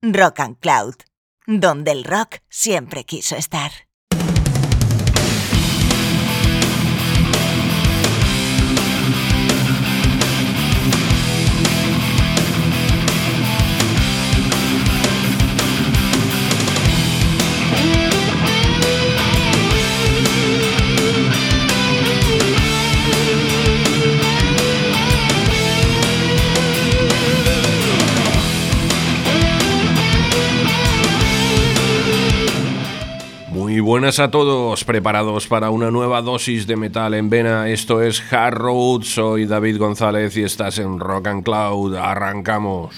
Rock and Cloud, donde el rock siempre quiso estar. Muy buenas a todos, preparados para una nueva dosis de metal en vena. Esto es Hard Road, soy David González y estás en Rock and Cloud. Arrancamos.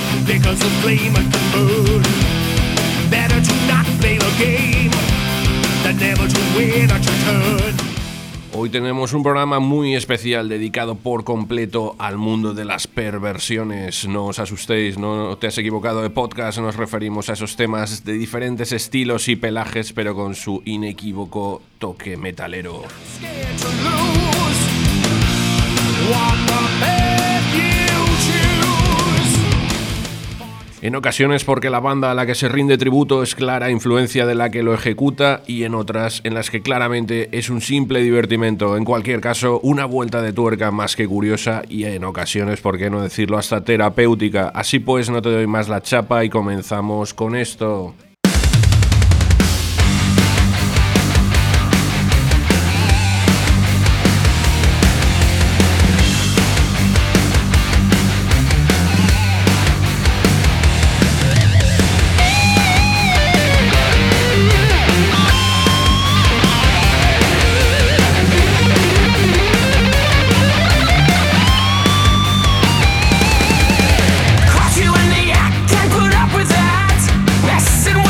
Hoy tenemos un programa muy especial dedicado por completo al mundo de las perversiones. No os asustéis, no te has equivocado de podcast, nos referimos a esos temas de diferentes estilos y pelajes, pero con su inequívoco toque metalero. En ocasiones porque la banda a la que se rinde tributo es clara influencia de la que lo ejecuta, y en otras en las que claramente es un simple divertimento. En cualquier caso, una vuelta de tuerca más que curiosa y en ocasiones, por qué no decirlo, hasta terapéutica. Así pues, no te doy más la chapa y comenzamos con esto. Caught you in the act, can't put up with that. Messing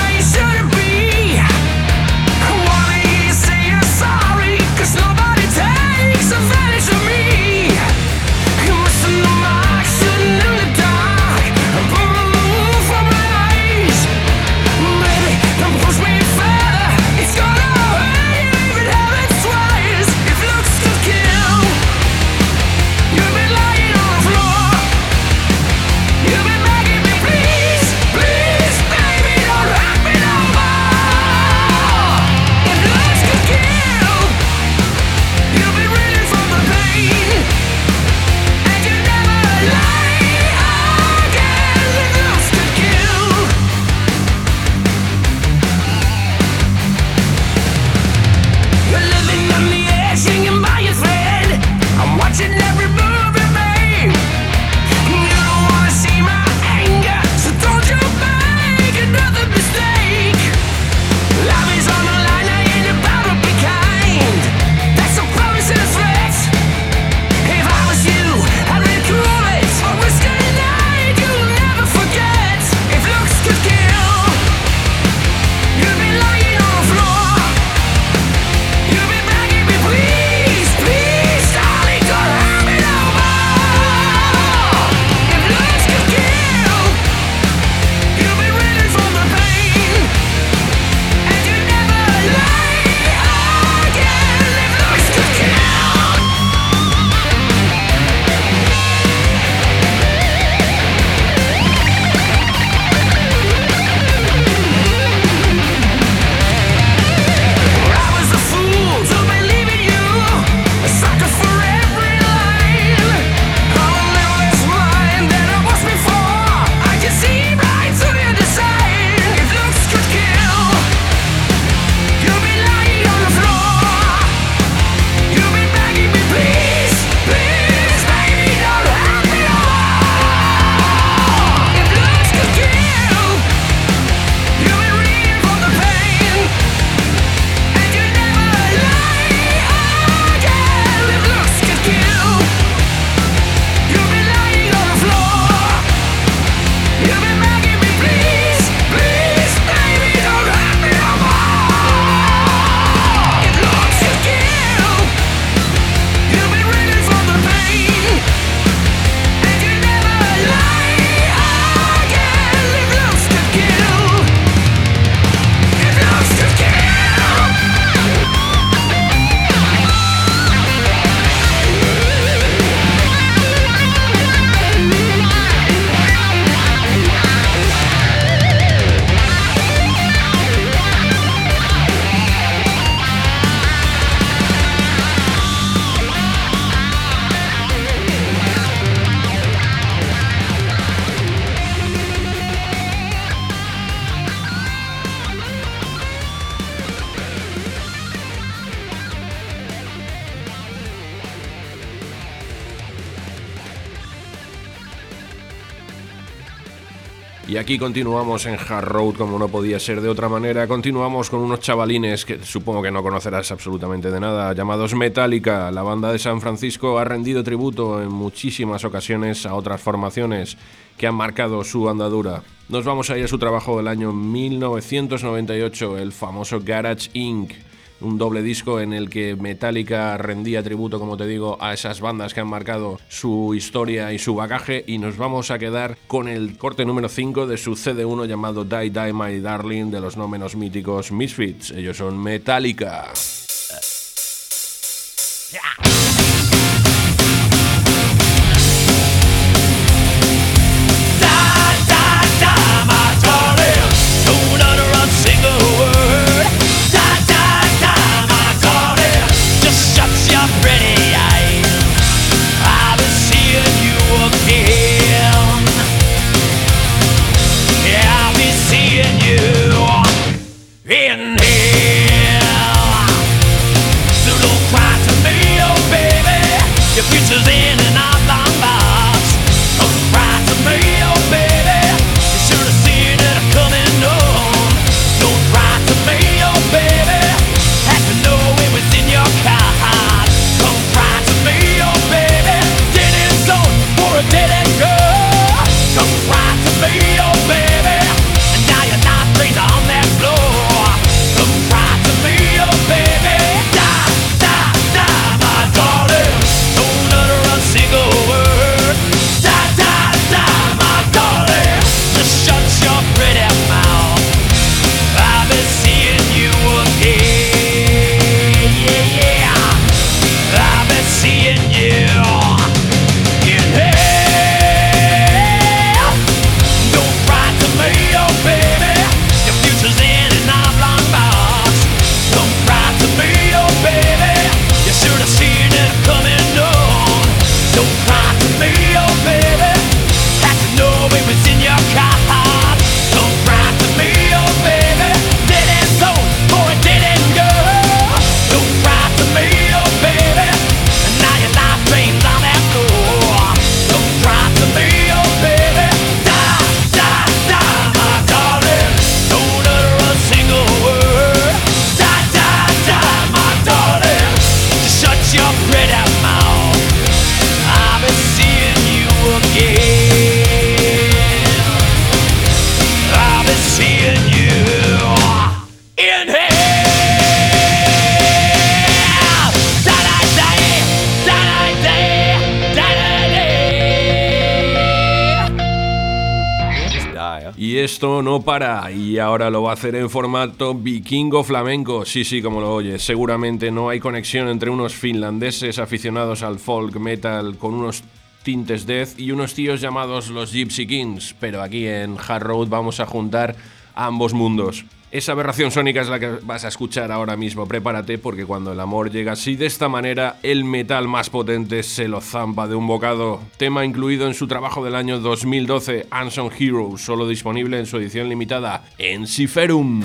aquí continuamos en Hard Road, como no podía ser de otra manera. Continuamos con unos chavalines que supongo que no conocerás absolutamente de nada, llamados Metallica. La banda de San Francisco ha rendido tributo en muchísimas ocasiones a otras formaciones que han marcado su andadura. Nos vamos a ir a su trabajo del año 1998, el famoso Garage Inc., un doble disco en el que Metallica rendía tributo, como te digo, a esas bandas que han marcado su historia y su bagaje, y nos vamos a quedar con el corte número 5 de su CD1 llamado Die Die My Darling, de los no menos míticos Misfits. Ellos son Metallica. In here, so don't cry to me, oh baby. Your future's in an oblong box. Don't cry to me, oh baby. You should have seen it coming on. Don't cry to me, oh baby. Had to know it was in your card. Don't cry to me, oh baby. Dead end zone for a dead end girl. Don't cry to me, oh baby. And now you're not laid on that floor. Y esto no para, y ahora lo va a hacer en formato vikingo flamenco. Sí, como lo oyes, seguramente no hay conexión entre unos finlandeses aficionados al folk metal con unos tintes death y unos tíos llamados los Gypsy Kings, pero aquí en Hard Road vamos a juntar ambos mundos. Esa aberración sónica es la que vas a escuchar ahora mismo. Prepárate, porque cuando el amor llega así de esta manera, el metal más potente se lo zampa de un bocado. Tema incluido en su trabajo del año 2012, Unsung Heroes, solo disponible en su edición limitada en Ciferum.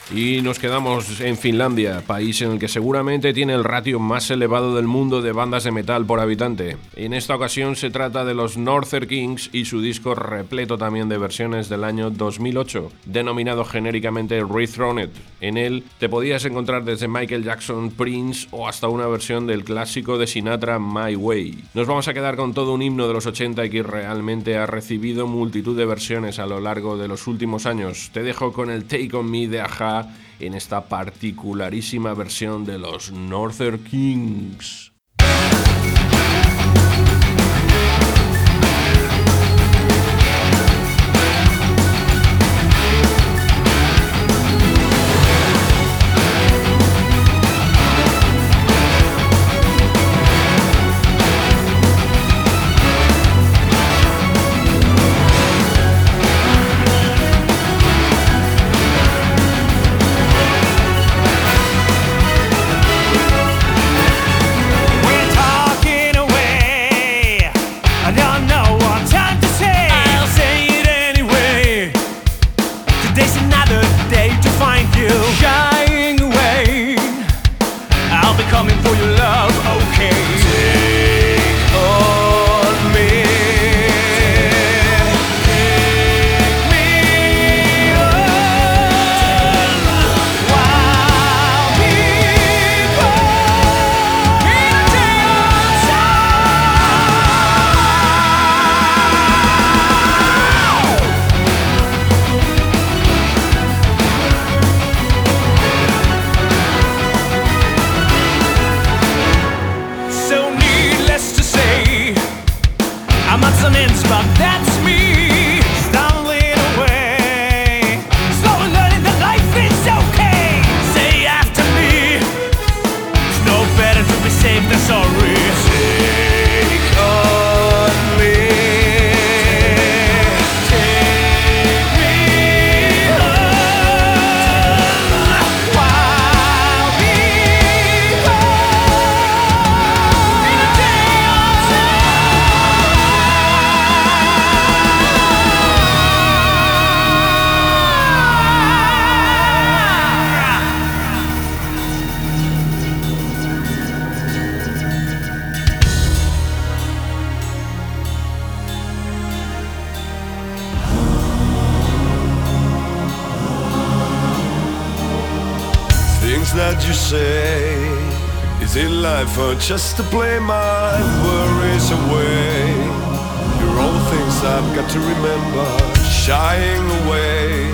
Y nos quedamos en Finlandia, país en el que seguramente tiene el ratio más elevado del mundo de bandas de metal por habitante. En esta ocasión se trata de los Northern Kings y su disco repleto también de versiones del año 2008, denominado genéricamente Rethroned. En él te podías encontrar desde Michael Jackson, Prince o hasta una versión del clásico de Sinatra, My Way. Nos vamos a quedar con todo un himno de los 80 y que realmente ha recibido multitud de versiones a lo largo de los últimos años. Te dejo con el Take On Me de A-ha en esta particularísima versión de los Northern Kings. That you say, is it life or just to play my worries away? You're all the things I've got to remember, shying away.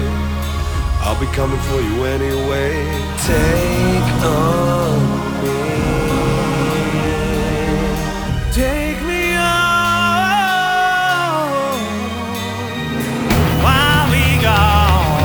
I'll be coming for you anyway. Take on me, take me on while we go.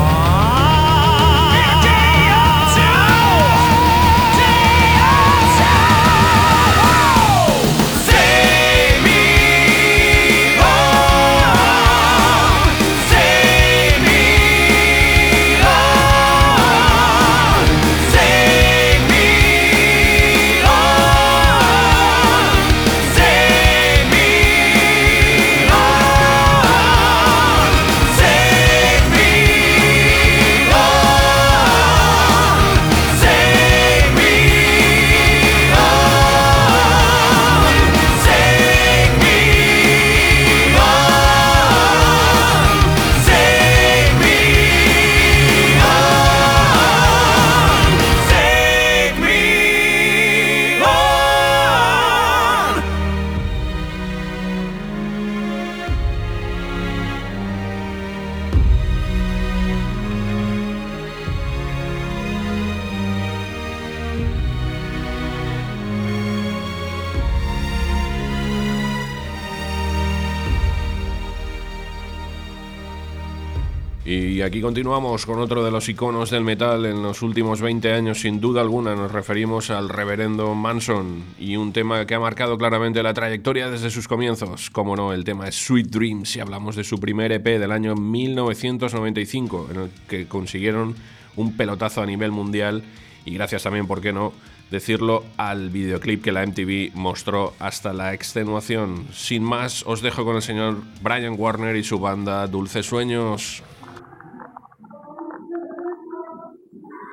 Y aquí continuamos con otro de los iconos del metal en los últimos 20 años, sin duda alguna. Nos referimos al reverendo Manson y un tema que ha marcado claramente la trayectoria desde sus comienzos. Como no, el tema es Sweet Dreams, y hablamos de su primer EP del año 1995, en el que consiguieron un pelotazo a nivel mundial y gracias también, ¿por qué no decirlo?, al videoclip que la MTV mostró hasta la extenuación. Sin más, os dejo con el señor Brian Warner y su banda Dulces Sueños.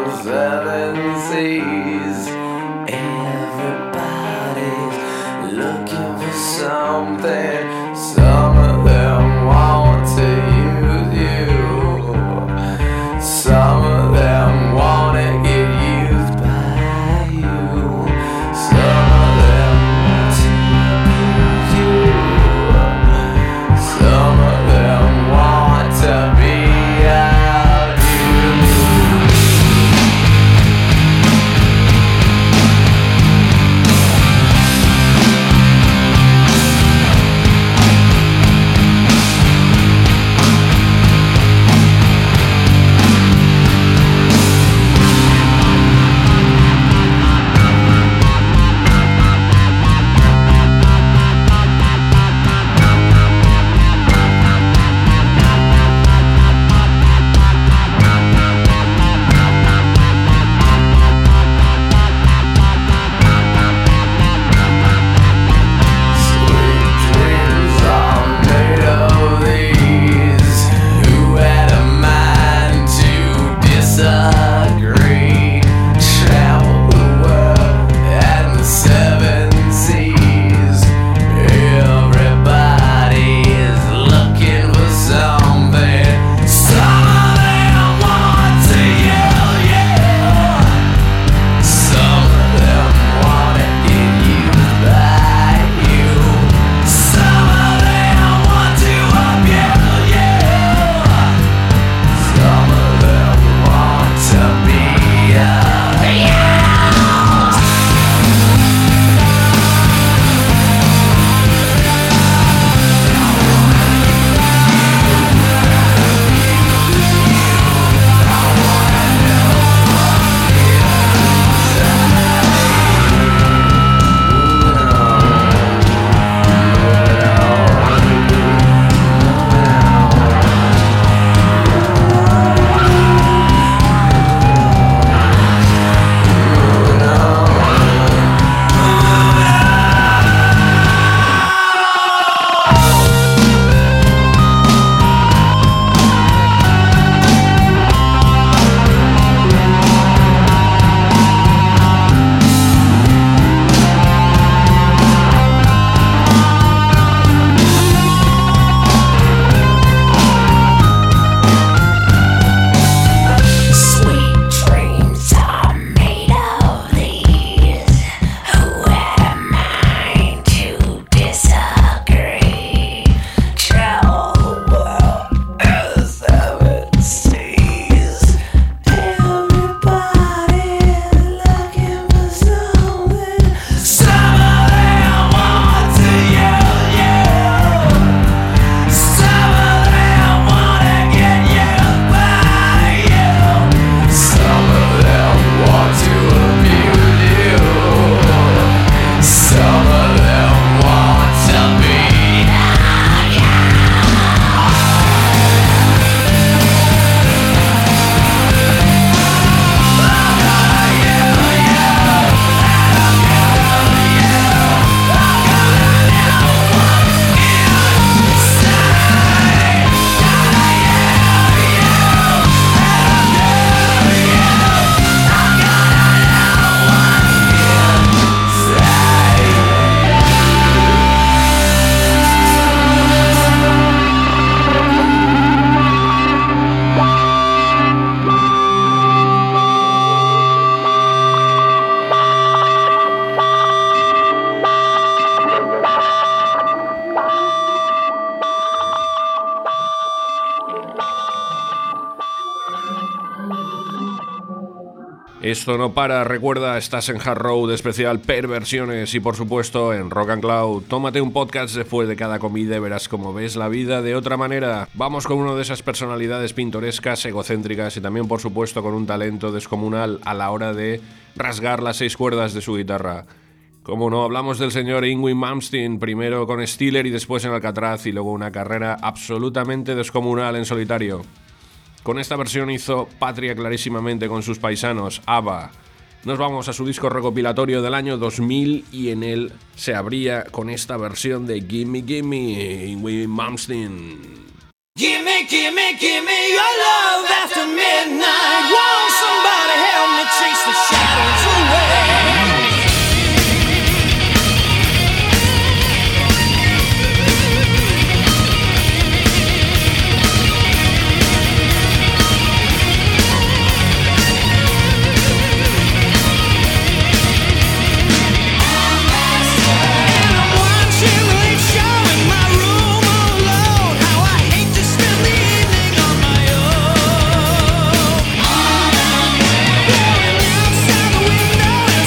seven seas. Everybody's looking for something. Some of them want to use you. Some of them want to get used by you. Some of them want to use you. Some of them want to be out you. Esto no para, recuerda, estás en Hard Road especial Perversiones y por supuesto en Rock and Cloud. Tómate un podcast después de cada comida y verás cómo ves la vida de otra manera. Vamos con una de esas personalidades pintorescas, egocéntricas y también por supuesto con un talento descomunal a la hora de rasgar las 6 cuerdas de su guitarra. Como no, hablamos del señor Yngwie Malmsteen, primero con Steeler y después en Alcatraz y luego una carrera absolutamente descomunal en solitario. Con esta versión hizo patria clarísimamente con sus paisanos, ABBA. Nos vamos a su disco recopilatorio del año 2000 y en él se abría con esta versión de Gimme Gimme, Yngwie Malmsteen. Gimme, gimme, gimme your love after midnight. Won't somebody help Outside the window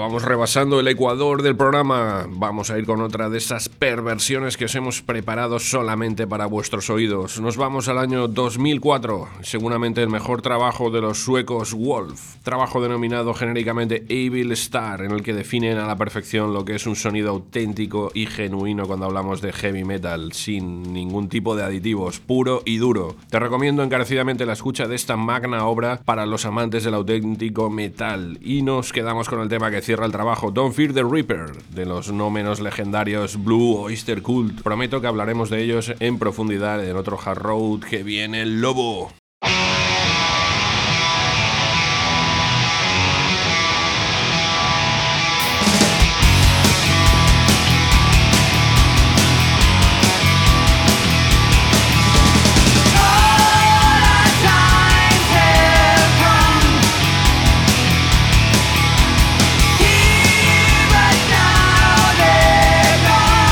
vamos rebasando el ecuador del programa. Vamos a ir con otra de esas perversiones que os hemos preparado solamente para vuestros oídos. Nos vamos al año 2004, seguramente el mejor trabajo de los suecos Wolf, trabajo denominado genéricamente Evil Star, en el que definen a la perfección lo que es un sonido auténtico y genuino cuando hablamos de heavy metal, sin ningún tipo de aditivos, puro y duro. Te recomiendo encarecidamente la escucha de esta magna obra para los amantes del auténtico metal, y nos quedamos con el tema que cierra el trabajo, Don't Fear the Reaper, de los no menos legendarios Blue Oyster Cult. Prometo que hablaremos de ellos en profundidad en otro Hard Road que viene el lobo.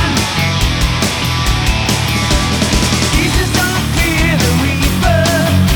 Jesus, don't fear the reaper.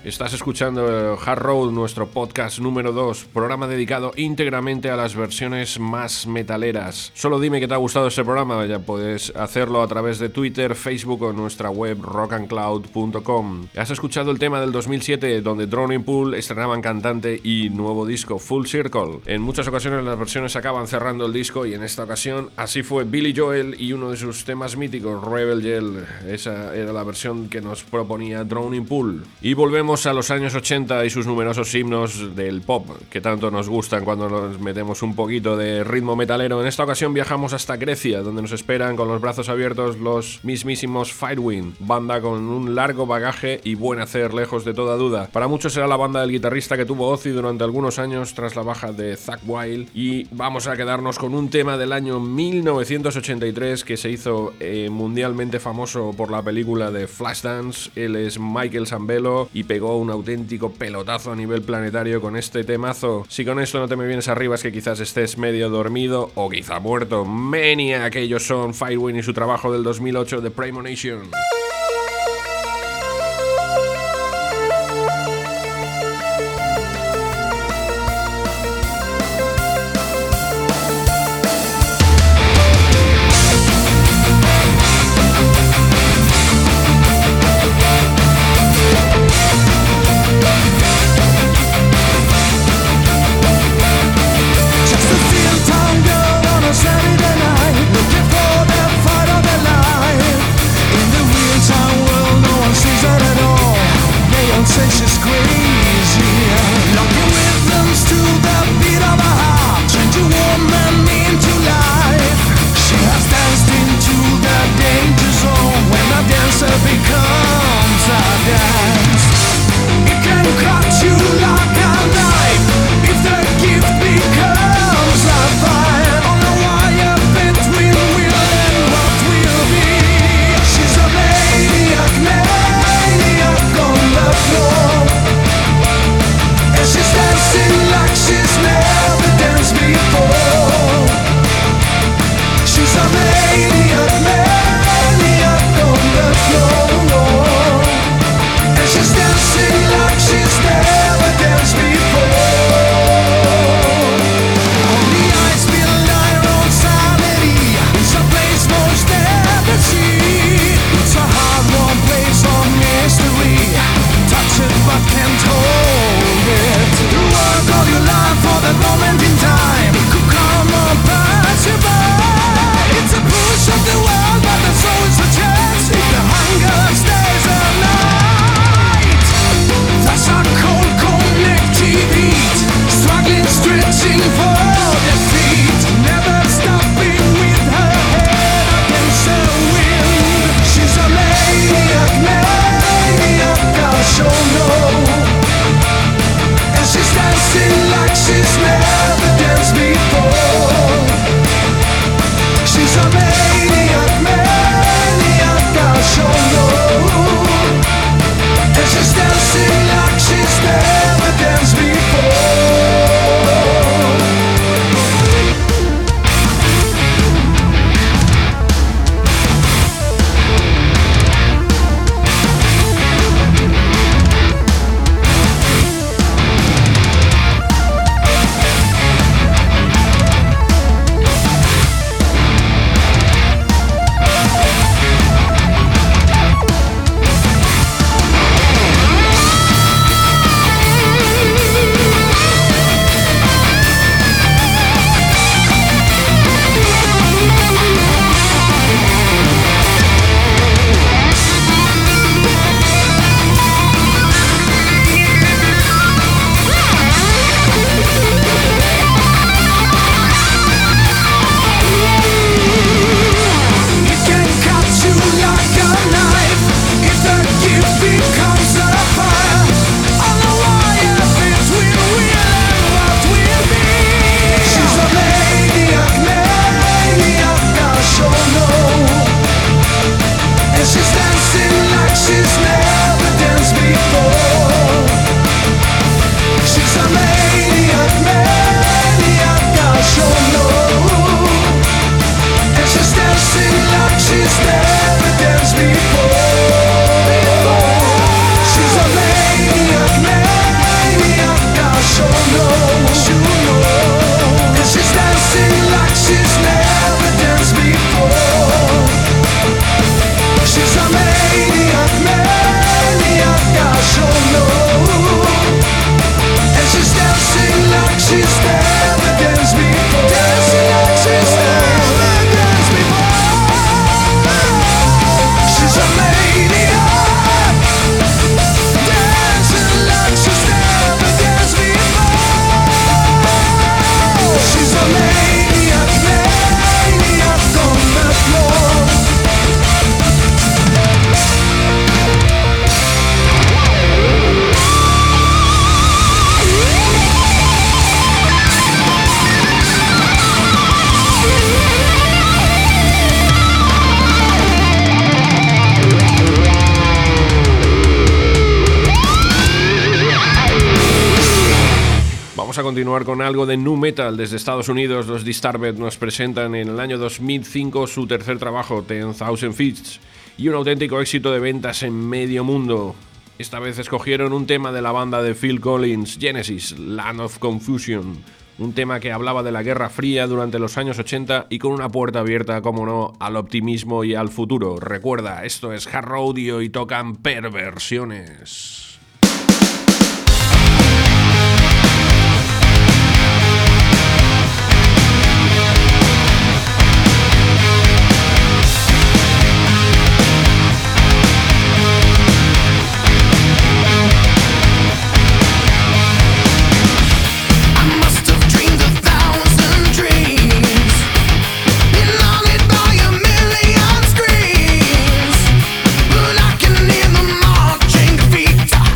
Estás escuchando Hard Road, nuestro podcast número 2, programa dedicado íntegramente a las versiones más metaleras. Solo dime que te ha gustado este programa, ya puedes hacerlo a través de Twitter, Facebook o nuestra web rockandcloud.com. Has escuchado el tema del 2007, donde Drowning Pool estrenaban cantante y nuevo disco, Full Circle. En muchas ocasiones las versiones acaban cerrando el disco y en esta ocasión así fue Billy Joel y uno de sus temas míticos, Rebel Yell. Esa era la versión que nos proponía Drowning Pool. Y volvemos a los años 80 y sus numerosos himnos del pop que tanto nos gustan cuando nos metemos un poquito de ritmo metalero. En esta ocasión viajamos hasta Grecia, donde nos esperan con los brazos abiertos los mismísimos Firewind, banda con un largo bagaje y buen hacer, lejos de toda duda. Para muchos será la banda del guitarrista que tuvo Ozzy durante algunos años tras la baja de Zakk Wylde, y vamos a quedarnos con un tema del año 1983 que se hizo mundialmente famoso por la película de Flashdance. Él es Michael Sambello y pegó un auténtico pelotazo a nivel planetario con este temazo. Si con esto no te me vienes arriba es que quizás estés medio dormido o quizá muerto. Maniac, aquellos son Firewind y su trabajo del 2008 de Premonition. Saturday night, looking for the fight of their life. In the rear a continuar con algo de nu metal. Desde Estados Unidos, los Disturbed nos presentan en el año 2005 su tercer trabajo, 10,000 Feet, y un auténtico éxito de ventas en medio mundo. Esta vez escogieron un tema de la banda de Phil Collins, Genesis, Land of Confusion, un tema que hablaba de la Guerra Fría durante los años 80 y con una puerta abierta, como no, al optimismo y al futuro. Recuerda, esto es Hard Rodeo y tocan Perversiones. But I can hear them marching feet.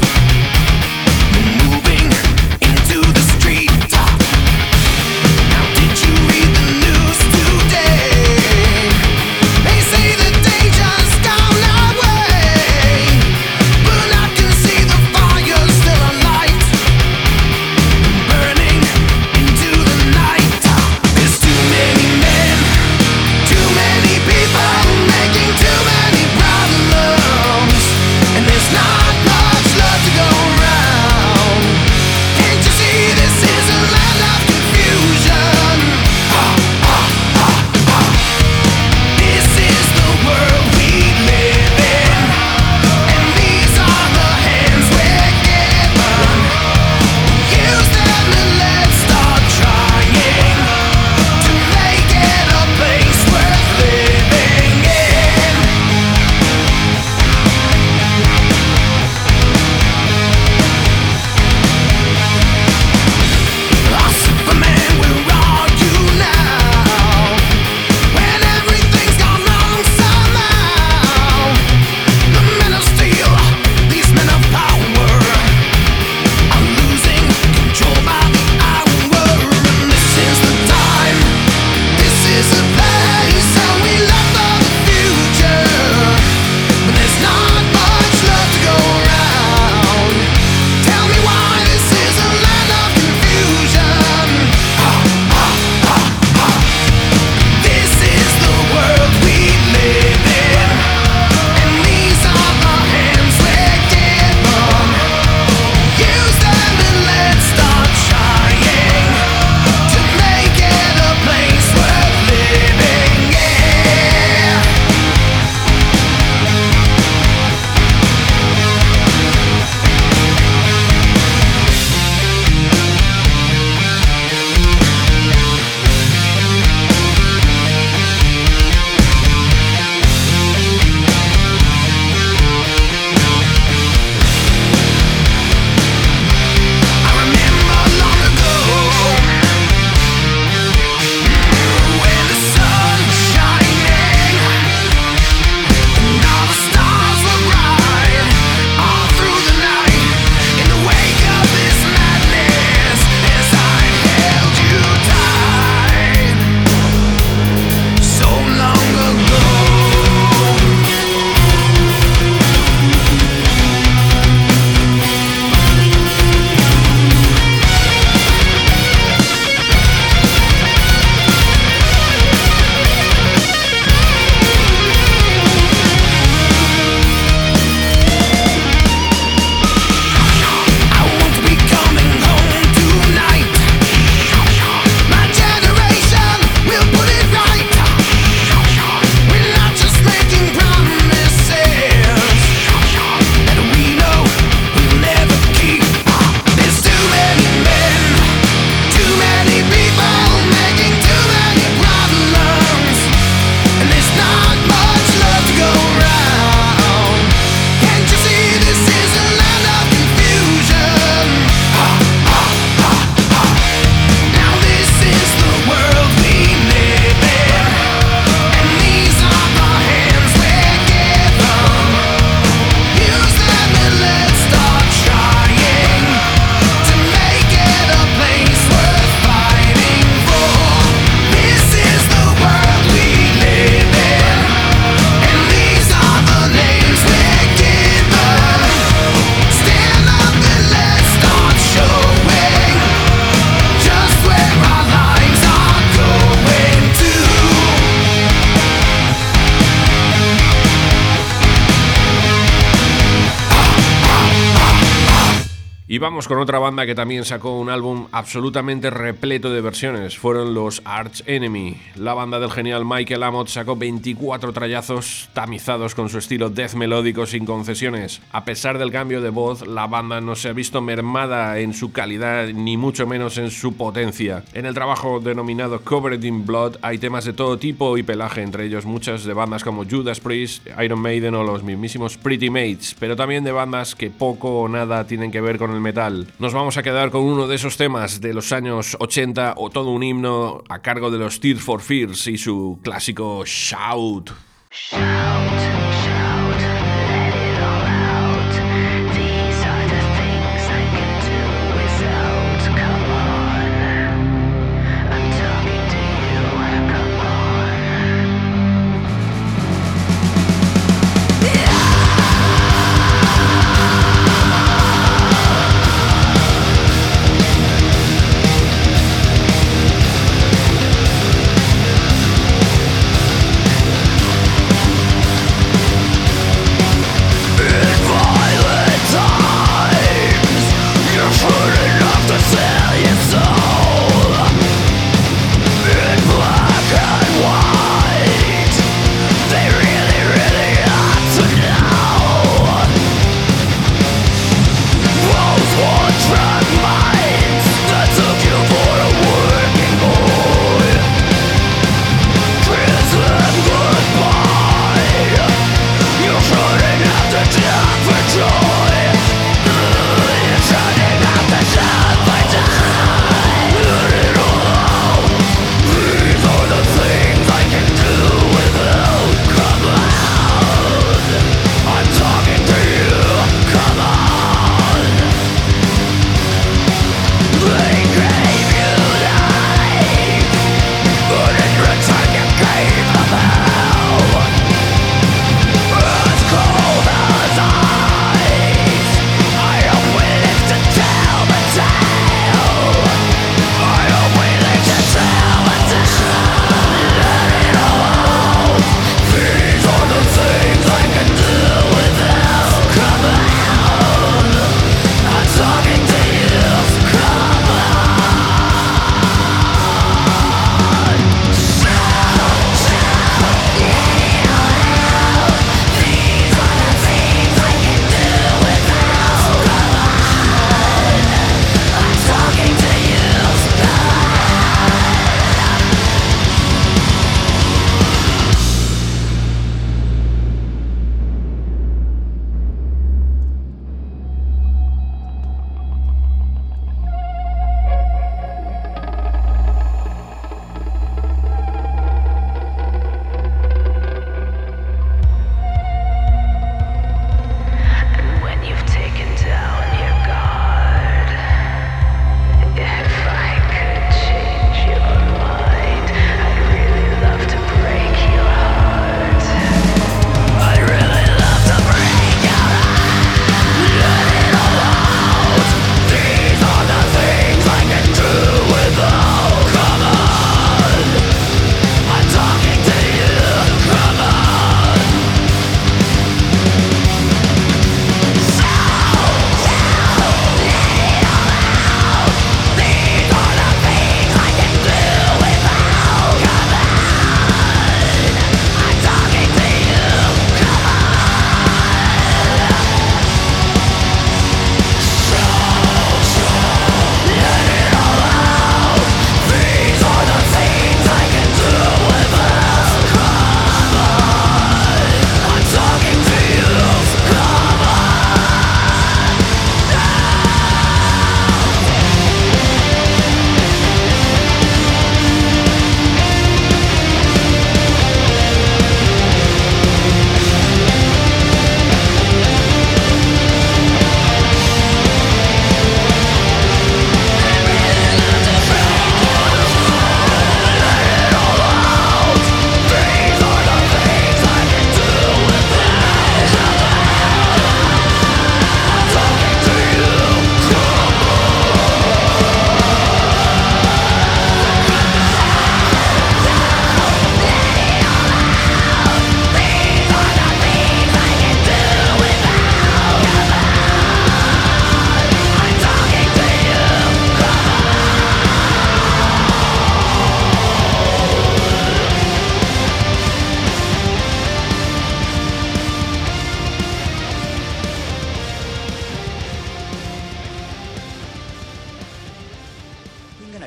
Y vamos con otra banda que también sacó un álbum absolutamente repleto de versiones. Fueron los Arch Enemy. La banda del genial Michael Amott sacó 24 trallazos tamizados con su estilo death melódico sin concesiones. A pesar del cambio de voz, la banda no se ha visto mermada en su calidad ni mucho menos en su potencia. En el trabajo denominado Covered in Blood hay temas de todo tipo y pelaje, entre ellos muchas de bandas como Judas Priest, Iron Maiden o los mismísimos Pretty Mates, pero también de bandas que poco o nada tienen que ver con el metal. Nos vamos a quedar con uno de esos temas de los años 80 o todo un himno a cargo de los Tears for Fears y su clásico Shout.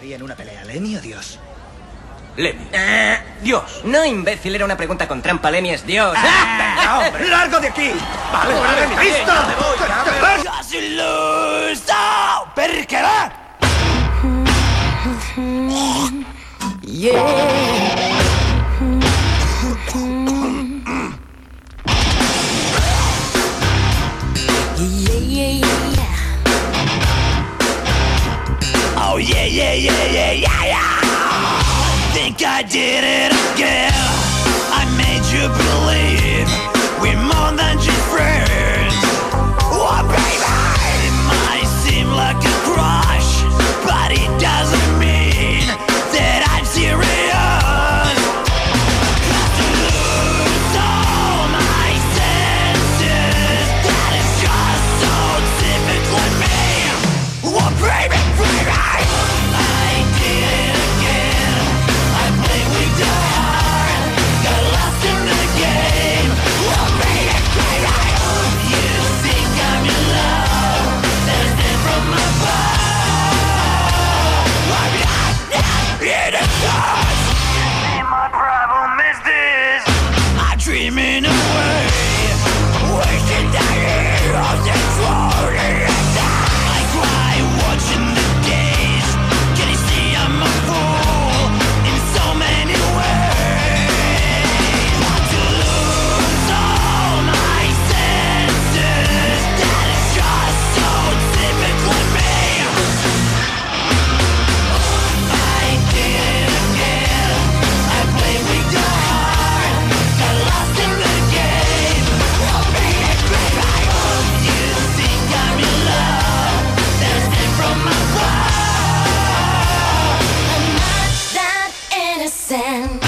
ganaría en una pelea, Lenny o Dios? Lenny. Dios. No, imbécil, era una pregunta con trampa. Lenny es Dios. ¡Largo de aquí! ¡Vale, fuera de mi vista! Perché va? Oh yeah, yeah, yeah, yeah, yeah, yeah. Think I did it again. I made you believe we're more than just friends. Oh baby, it might seem like a crush, but it doesn't mean that I'm serious. 'Cause to lose all my senses, that is just so typically me. Oh baby, baby, I did it again. I played with your heart, got lost in the game. Oh baby, baby, you think I'm in love, there's name from above. I'm not in a cause. My problem is this, I'm dreaming away, wasting the years and floating. I cry watching the days. Can you see I'm a fool in so many ways? To lose all my senses, that is just so typically me. I did it again. I played with your heart, got lost in the game. Oh baby, baby, you think I'm in love, there's name from above. I'm not that innocent.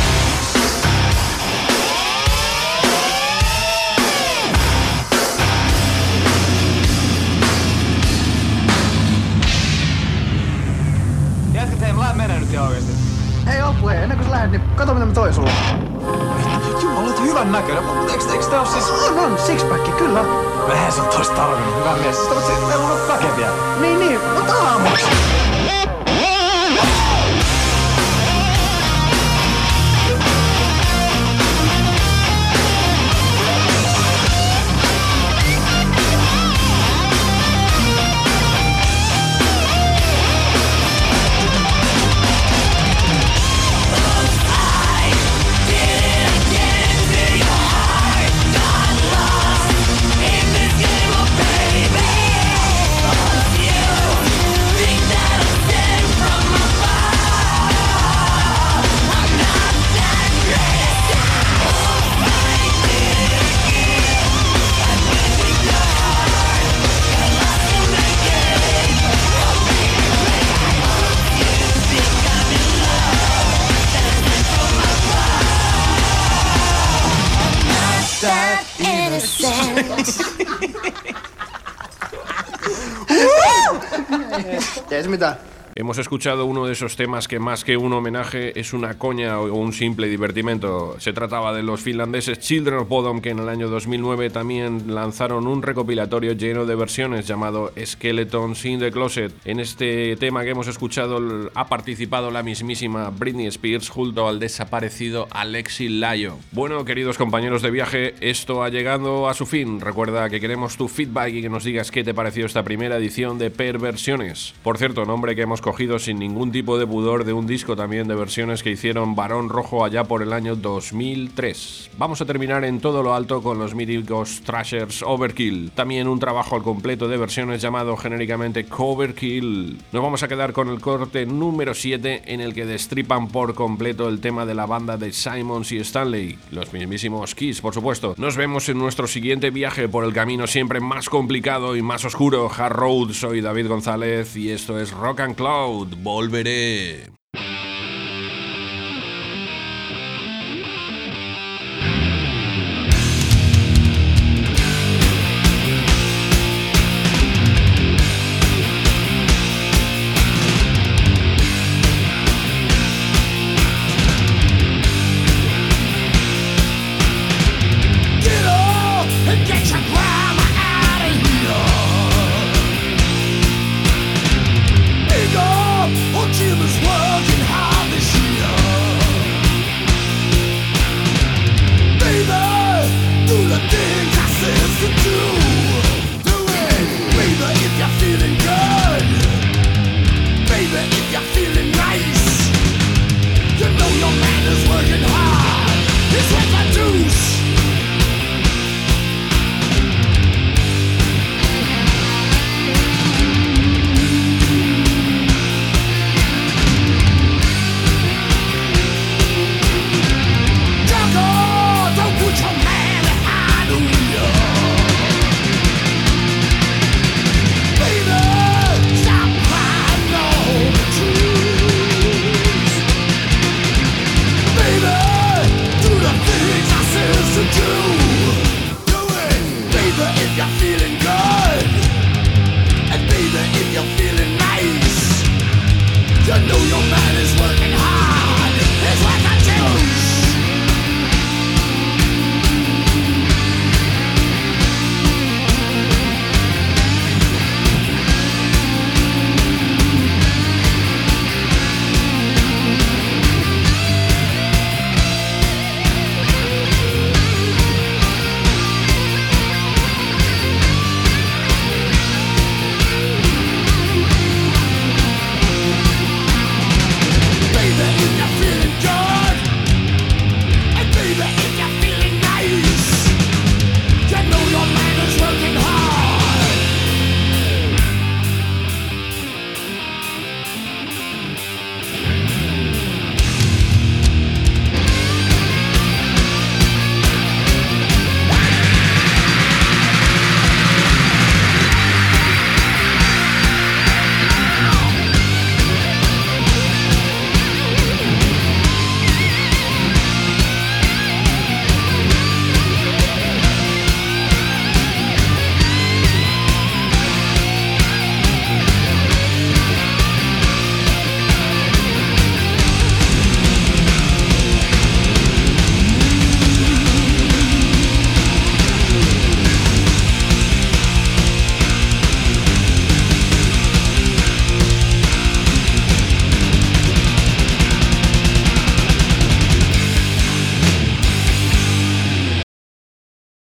Tiedätkö, teidän menee nyt ihan oikeesti? Hei Oppu, ennen kuin sä lähdet, niin kato mitä mä toin sulle. Jumala, olet hyvän näköinen, mutta eikö te oo siis... On, sixpack, kyllä. Vähän sä oot tarvinnut, hyvä mies. Sitä voit siis, meillä on väkeviä. Niin, mutta aamuksi. That innocent. Ei se mitään. Hemos escuchado uno de esos temas que más que un homenaje es una coña o un simple divertimento. Se trataba de los finlandeses Children of Bodom, que en el año 2009 también lanzaron un recopilatorio lleno de versiones llamado Skeletons in the Closet. En este tema que hemos escuchado ha participado la mismísima Britney Spears junto al desaparecido Alexi Laiho. Bueno, queridos compañeros de viaje, esto ha llegado a su fin. Recuerda que queremos tu feedback y que nos digas qué te pareció esta primera edición de Perversiones. Por cierto, nombre que hemos cogido sin ningún tipo de pudor de un disco también de versiones que hicieron Barón Rojo allá por el año 2003. Vamos a terminar en todo lo alto con los míticos Thrashers Overkill, también un trabajo al completo de versiones llamado genéricamente Coverkill. Nos vamos a quedar con el corte número 7 en el que destripan por completo el tema de la banda de Simmons y Stanley, los mismísimos Kiss, por supuesto. Nos vemos en nuestro siguiente viaje por el camino siempre más complicado y más oscuro, Hard Road. Soy David González y esto es Rock and Cloud. Volveré.